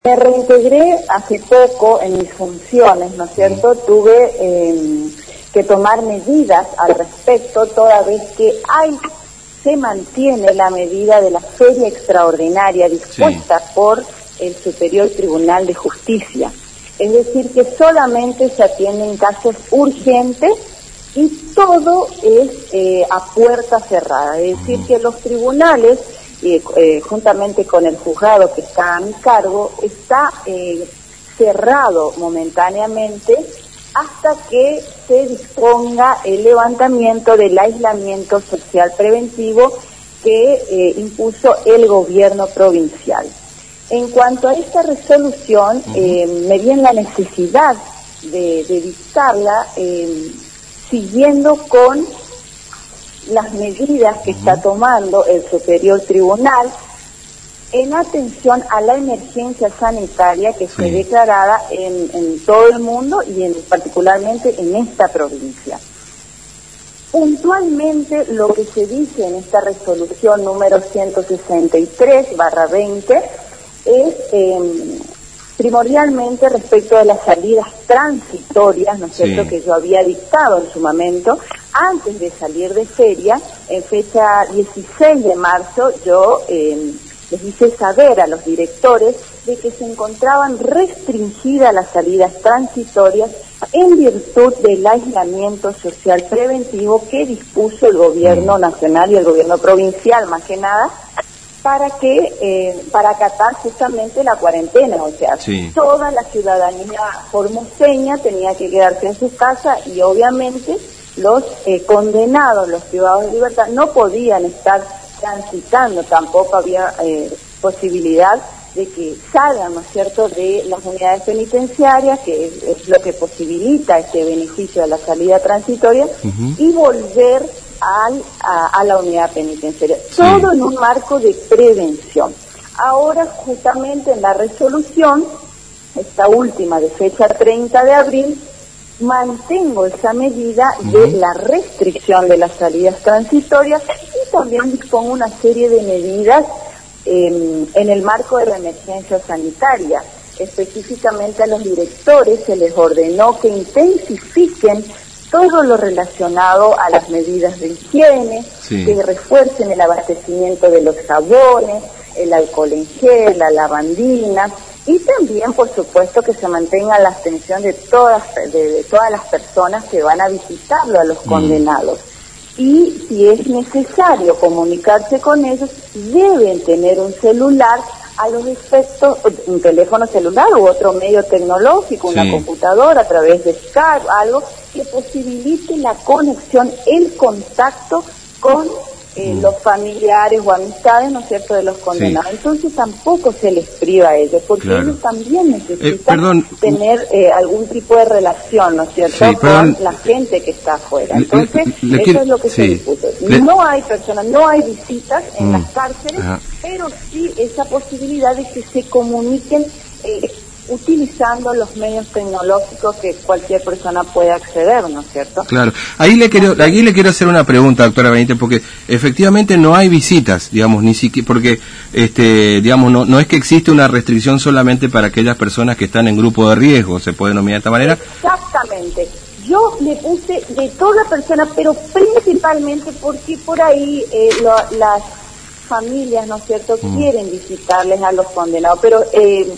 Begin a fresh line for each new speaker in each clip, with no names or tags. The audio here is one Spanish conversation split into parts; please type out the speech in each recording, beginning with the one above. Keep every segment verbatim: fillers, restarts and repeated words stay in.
Me reintegré hace poco en mis funciones, ¿no es cierto? Tuve eh, que tomar medidas al respecto, toda vez que hay, se mantiene la medida de la feria extraordinaria dispuesta sí. por el Superior Tribunal de Justicia. Es decir, que solamente se atienden casos urgentes y todo es eh, a puerta cerrada. Es decir, que los tribunales, Eh, eh, juntamente con el juzgado que está a mi cargo, está eh, cerrado momentáneamente hasta que se disponga el levantamiento del aislamiento social preventivo que eh, impuso el gobierno provincial. En cuanto a esta resolución, eh, me vi en la necesidad de, de dictarla eh, siguiendo con las medidas que está tomando el Superior Tribunal en atención a la emergencia sanitaria que sí. fue declarada en, en todo el mundo y en, particularmente en esta provincia. Puntualmente lo que se dice en esta resolución número ciento sesenta y tres barra veinte es eh, primordialmente respecto de las salidas transitorias, ¿no es cierto?, sí. que yo había dictado en su momento. Antes de salir de feria, en fecha dieciséis de marzo, yo eh, les hice saber a los directores de que se encontraban restringidas las salidas transitorias en virtud del aislamiento social preventivo que dispuso el gobierno nacional y el gobierno provincial, más que nada, para que eh, para acatar justamente la cuarentena, o sea, sí. toda la ciudadanía formoseña tenía que quedarse en su casa y obviamente los eh, condenados, los privados de libertad, no podían estar transitando, tampoco había eh, posibilidad de que salgan, ¿no es cierto?, de las unidades penitenciarias, que es, es lo que posibilita este beneficio de la salida transitoria, uh-huh. y volver al, a, a la unidad penitenciaria. Sí. Todo en un marco de prevención. Ahora, justamente en la resolución, esta última de fecha treinta de abril, mantengo esa medida uh-huh. de la restricción de las salidas transitorias y también dispongo una serie de medidas eh, en el marco de la emergencia sanitaria. Específicamente a los directores se les ordenó que intensifiquen todo lo relacionado a las medidas de higiene, sí. que refuercen el abastecimiento de los jabones, el alcohol en gel, la lavandina, y también, por supuesto, que se mantenga la atención de todas de, de todas las personas que van a visitarlo a los mm. condenados. Y si es necesario comunicarse con ellos, deben tener un celular a los efectos, un teléfono celular u otro medio tecnológico, sí. una computadora a través de Skype, algo que posibilite la conexión, el contacto con Eh, mm. los familiares o amistades, ¿no es cierto?, de los condenados. Sí. Entonces tampoco se les priva a ellos, porque claro. ellos también necesitan eh, tener eh, algún tipo de relación, ¿no es cierto?, sí, con la gente que está afuera. Entonces, le, le, le eso quiero, es lo que sí. se dispuso. Le, no hay personas, no hay visitas en mm. las cárceles, Ajá. pero sí esa posibilidad de que se comuniquen eh, utilizando los medios tecnológicos que cualquier persona puede acceder, ¿no es cierto?
Claro. Ahí le quiero, ahí le quiero hacer una pregunta, doctora Benítez, porque efectivamente no hay visitas, digamos, ni siquiera, porque, este, digamos, no, no es que existe una restricción solamente para aquellas personas que están en grupo de riesgo, se puede denominar de esta manera.
Exactamente. Yo le puse de toda persona, pero principalmente porque por ahí eh, lo, las familias, ¿no es cierto?, mm. quieren visitarles a los condenados, pero eh,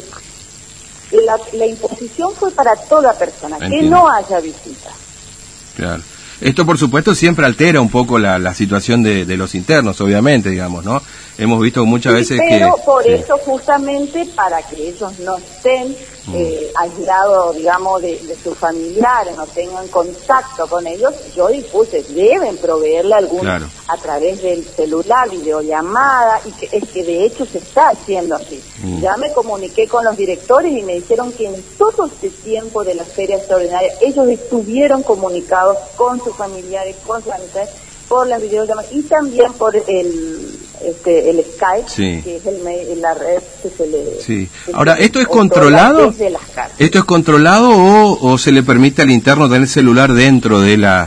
La, la imposición fue para toda persona, Entiendo. que no haya visitas.
Claro. Esto, por supuesto, siempre altera un poco la, la situación de, de los internos, obviamente, digamos, ¿no? Hemos visto muchas
sí,
veces
pero
que...
Pero por
sí.
eso, justamente, para que ellos no estén eh, aislados, digamos, de, de sus familiares, no tengan contacto con ellos, yo dispuse, deben proveerle algún, claro. a través del celular, videollamada, y que es que de hecho se está haciendo así. Mm. Ya me comuniqué con los directores y me dijeron que en todo este tiempo de la feria extraordinaria, ellos estuvieron comunicados con sus familiares, con sus amistades, por las videollamadas y también por el este el Skype, sí. que es el, la red que se le...
Sí. Ahora, ¿esto es controlado? ¿Esto es controlado o, o se le permite al interno tener celular dentro de la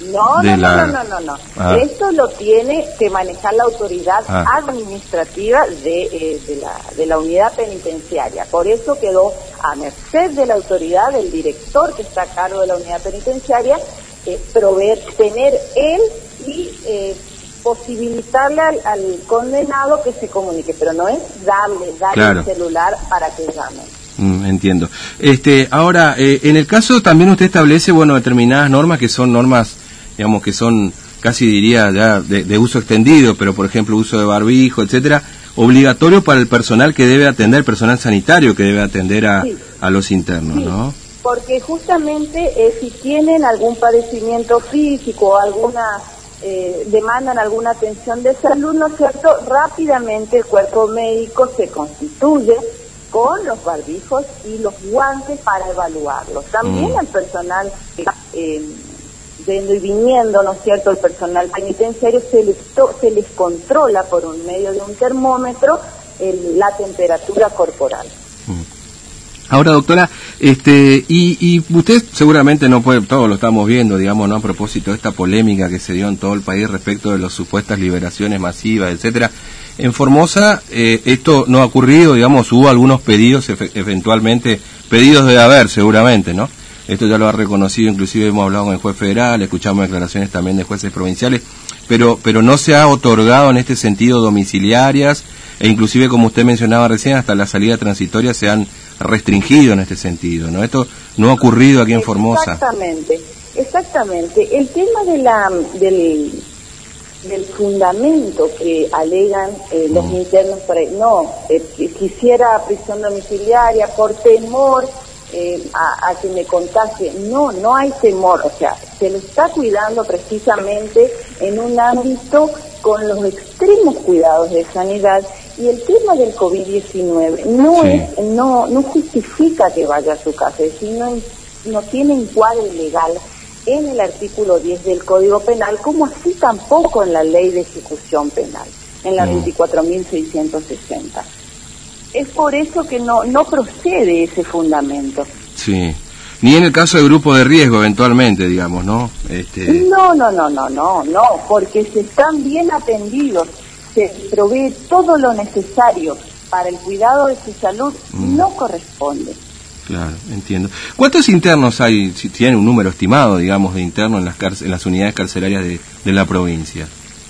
No,
de
no,
la...
no, no, no, no.
Ah.
Esto lo tiene que manejar la autoridad
ah.
administrativa de, eh, de, la, de la unidad penitenciaria. Por eso quedó a merced de la autoridad, del director que está a cargo de la unidad penitenciaria, eh, proveer, tener él y eh, posibilitarle al, al condenado que se comunique, pero no es darle, darle
claro.
el celular para que llame.
Mm, entiendo. Este, ahora, eh, en el caso también usted establece, bueno, determinadas normas que son normas, digamos, que son casi diría ya de, de uso extendido, pero por ejemplo uso de barbijo, etcétera, obligatorio para el personal que debe atender, personal sanitario que debe atender a, sí. a los internos, sí. ¿no?
Porque justamente eh, si tienen algún padecimiento físico o alguna eh, demandan alguna atención de salud, ¿no es cierto? Rápidamente el cuerpo médico se constituye con los barbijos y los guantes para evaluarlos. También mm. el personal eh, yendo y viniendo, ¿no es cierto? El personal penitenciario se les, to se les controla por un medio de un termómetro el, la temperatura corporal.
Mm. Ahora, doctora, este, y, y usted seguramente no puede, todos lo estamos viendo, digamos, ¿no? A propósito de esta polémica que se dio en todo el país respecto de las supuestas liberaciones masivas, etcétera. En Formosa, eh, esto no ha ocurrido, digamos, hubo algunos pedidos, efe, eventualmente, pedidos de haber, seguramente, ¿no? Esto ya lo ha reconocido, inclusive hemos hablado con el juez federal, escuchamos declaraciones también de jueces provinciales, pero, pero no se ha otorgado en este sentido domiciliarias, e inclusive, como usted mencionaba recién, hasta la salida transitoria se han restringido en este sentido, ¿no? Esto no ha ocurrido aquí en Formosa.
Exactamente, exactamente. El tema de la del, del fundamento que alegan eh, los mm. internos por ahí, no, eh, quisiera prisión domiciliaria por temor eh, a, a que me contagie. No, no hay temor, o sea, se lo está cuidando precisamente en un ámbito con los extremos cuidados de sanidad. Y el tema del COVID diecinueve no sí. es, no, no justifica que vaya a su casa, es decir, no, no tiene encuadre legal en el artículo diez del Código Penal, como así tampoco en la Ley de Ejecución Penal, en la mm. veinticuatro mil seiscientos sesenta. Es por eso que no, no procede ese fundamento.
Sí. Ni en el caso de grupo de riesgo, eventualmente, digamos, ¿no? Este...
No, no, no, no, no, no, porque se están bien atendidos. Se provee todo lo necesario para el cuidado de su salud, mm. no corresponde.
Claro, entiendo. ¿Cuántos internos hay, si tienen un número estimado, digamos, de internos en las, cárcel, en las unidades carcelarias de, de la provincia?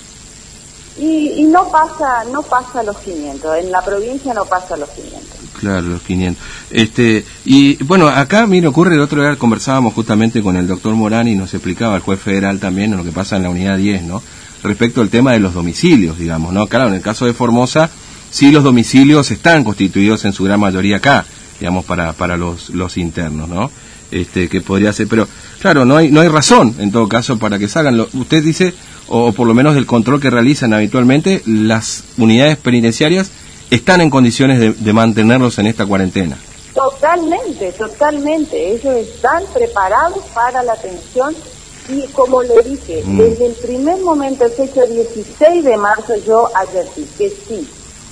Y, y no pasa no pasa los quinientos, en la provincia no pasa los quinientos.
Claro, los quinientos. Este, y bueno, acá, mire, ocurre, el otro día conversábamos justamente con el doctor Morán y nos explicaba el juez federal también lo que pasa en la unidad diez, ¿no? Respecto al tema de los domicilios, digamos, ¿no? Claro, en el caso de Formosa, sí los domicilios están constituidos en su gran mayoría acá, digamos, para para los los internos, ¿no? Este, que podría ser, pero claro, no hay no hay razón, en todo caso, para que salgan. Lo, usted dice, o, o por lo menos del control que realizan habitualmente, las unidades penitenciarias están en condiciones de, de mantenerlos en esta cuarentena.
Totalmente, totalmente. Ellos están preparados para la atención. Y como le dije, mm. desde el primer momento, el fecha dieciséis de marzo, yo advertí que sí,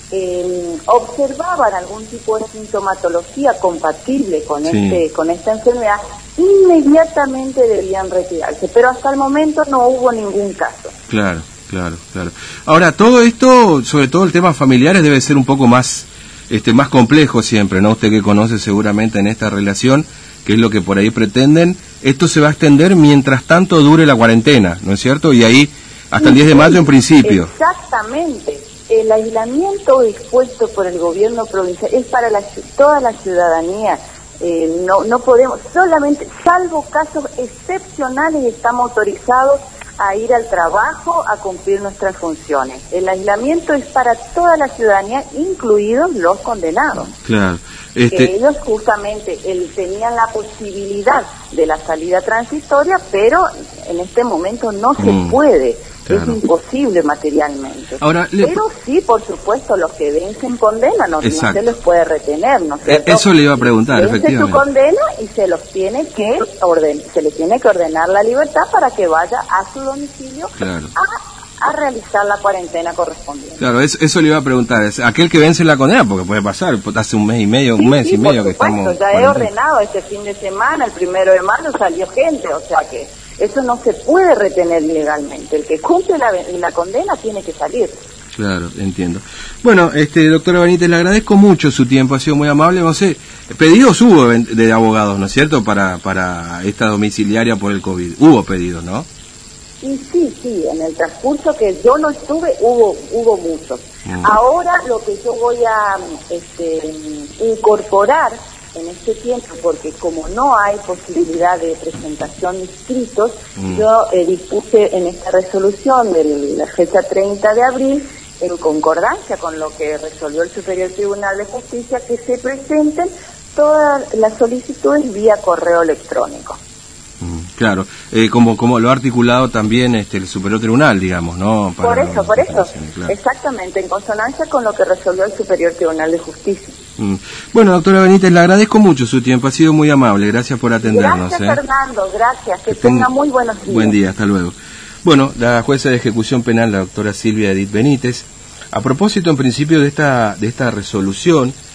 eh, observaban algún tipo de sintomatología compatible con sí. este con esta enfermedad, inmediatamente debían retirarse. Pero hasta el momento no hubo ningún caso.
Claro, claro, claro. Ahora, todo esto, sobre todo el tema familiares, debe ser un poco más, este, más complejo siempre, ¿no? Usted que conoce seguramente en esta relación, que es lo que por ahí pretenden, esto se va a extender mientras tanto dure la cuarentena, ¿no es cierto? Y ahí hasta el diez de mayo en principio.
Exactamente. El aislamiento dispuesto por el gobierno provincial es para la, toda la ciudadanía. Eh, no, no podemos, solamente, salvo casos excepcionales, estamos autorizados a ir al trabajo, a cumplir nuestras funciones. El aislamiento es para toda la ciudadanía, incluidos los condenados.
Claro.
Este... Que ellos justamente el, tenían la posibilidad de la salida transitoria, pero en este momento no se mm, puede, claro. Es imposible materialmente.
Ahora, le...
Pero sí, por supuesto, los que vencen condena, no, no se les puede retener, ¿no es cierto?
Eso le iba a preguntar,
vence
efectivamente.
su condena y se los tiene que orden, se le tiene que ordenar la libertad para que vaya a su domicilio, claro. a a realizar la cuarentena correspondiente.
Claro, eso, eso le iba a preguntar, es aquel que vence la condena, porque puede pasar, hace un mes y medio,
sí,
un mes
sí,
y medio
por
que
supuesto,
estamos...
ya he ordenado este fin de semana, el primero de mayo salió gente, o sea que Eso no se puede retener ilegalmente. El que cumple la, la condena tiene que salir.
Claro, entiendo. Bueno, este, doctora Benítez, le agradezco mucho su tiempo, ha sido muy amable. No sé, pedidos hubo de abogados, ¿no es cierto?, para para esta domiciliaria por el COVID. Hubo pedidos, ¿no?
Y sí, sí, en el transcurso que yo no estuve hubo hubo muchos. Mm. Ahora lo que yo voy a este, incorporar en este tiempo, porque como no hay posibilidad de presentación de escritos, mm. yo eh, dispuse en esta resolución de la fecha treinta de abril, en concordancia con lo que resolvió el Superior Tribunal de Justicia, que se presenten todas las solicitudes vía correo electrónico.
Mm, claro, eh, como como lo ha articulado también este el Superior Tribunal, digamos, ¿no? Para
por eso, por eso,
claro.
Exactamente, en consonancia con lo que resolvió el Superior Tribunal de Justicia.
Mm. Bueno, doctora Benítez, le agradezco mucho su tiempo, ha sido muy amable, gracias por atendernos.
Gracias,
¿eh?
Fernando, gracias, que, que
tenga
muy buenos días.
Buen día, hasta luego. Bueno, la jueza de ejecución penal, la doctora Silvia Edith Benítez, a propósito en principio de esta de esta resolución,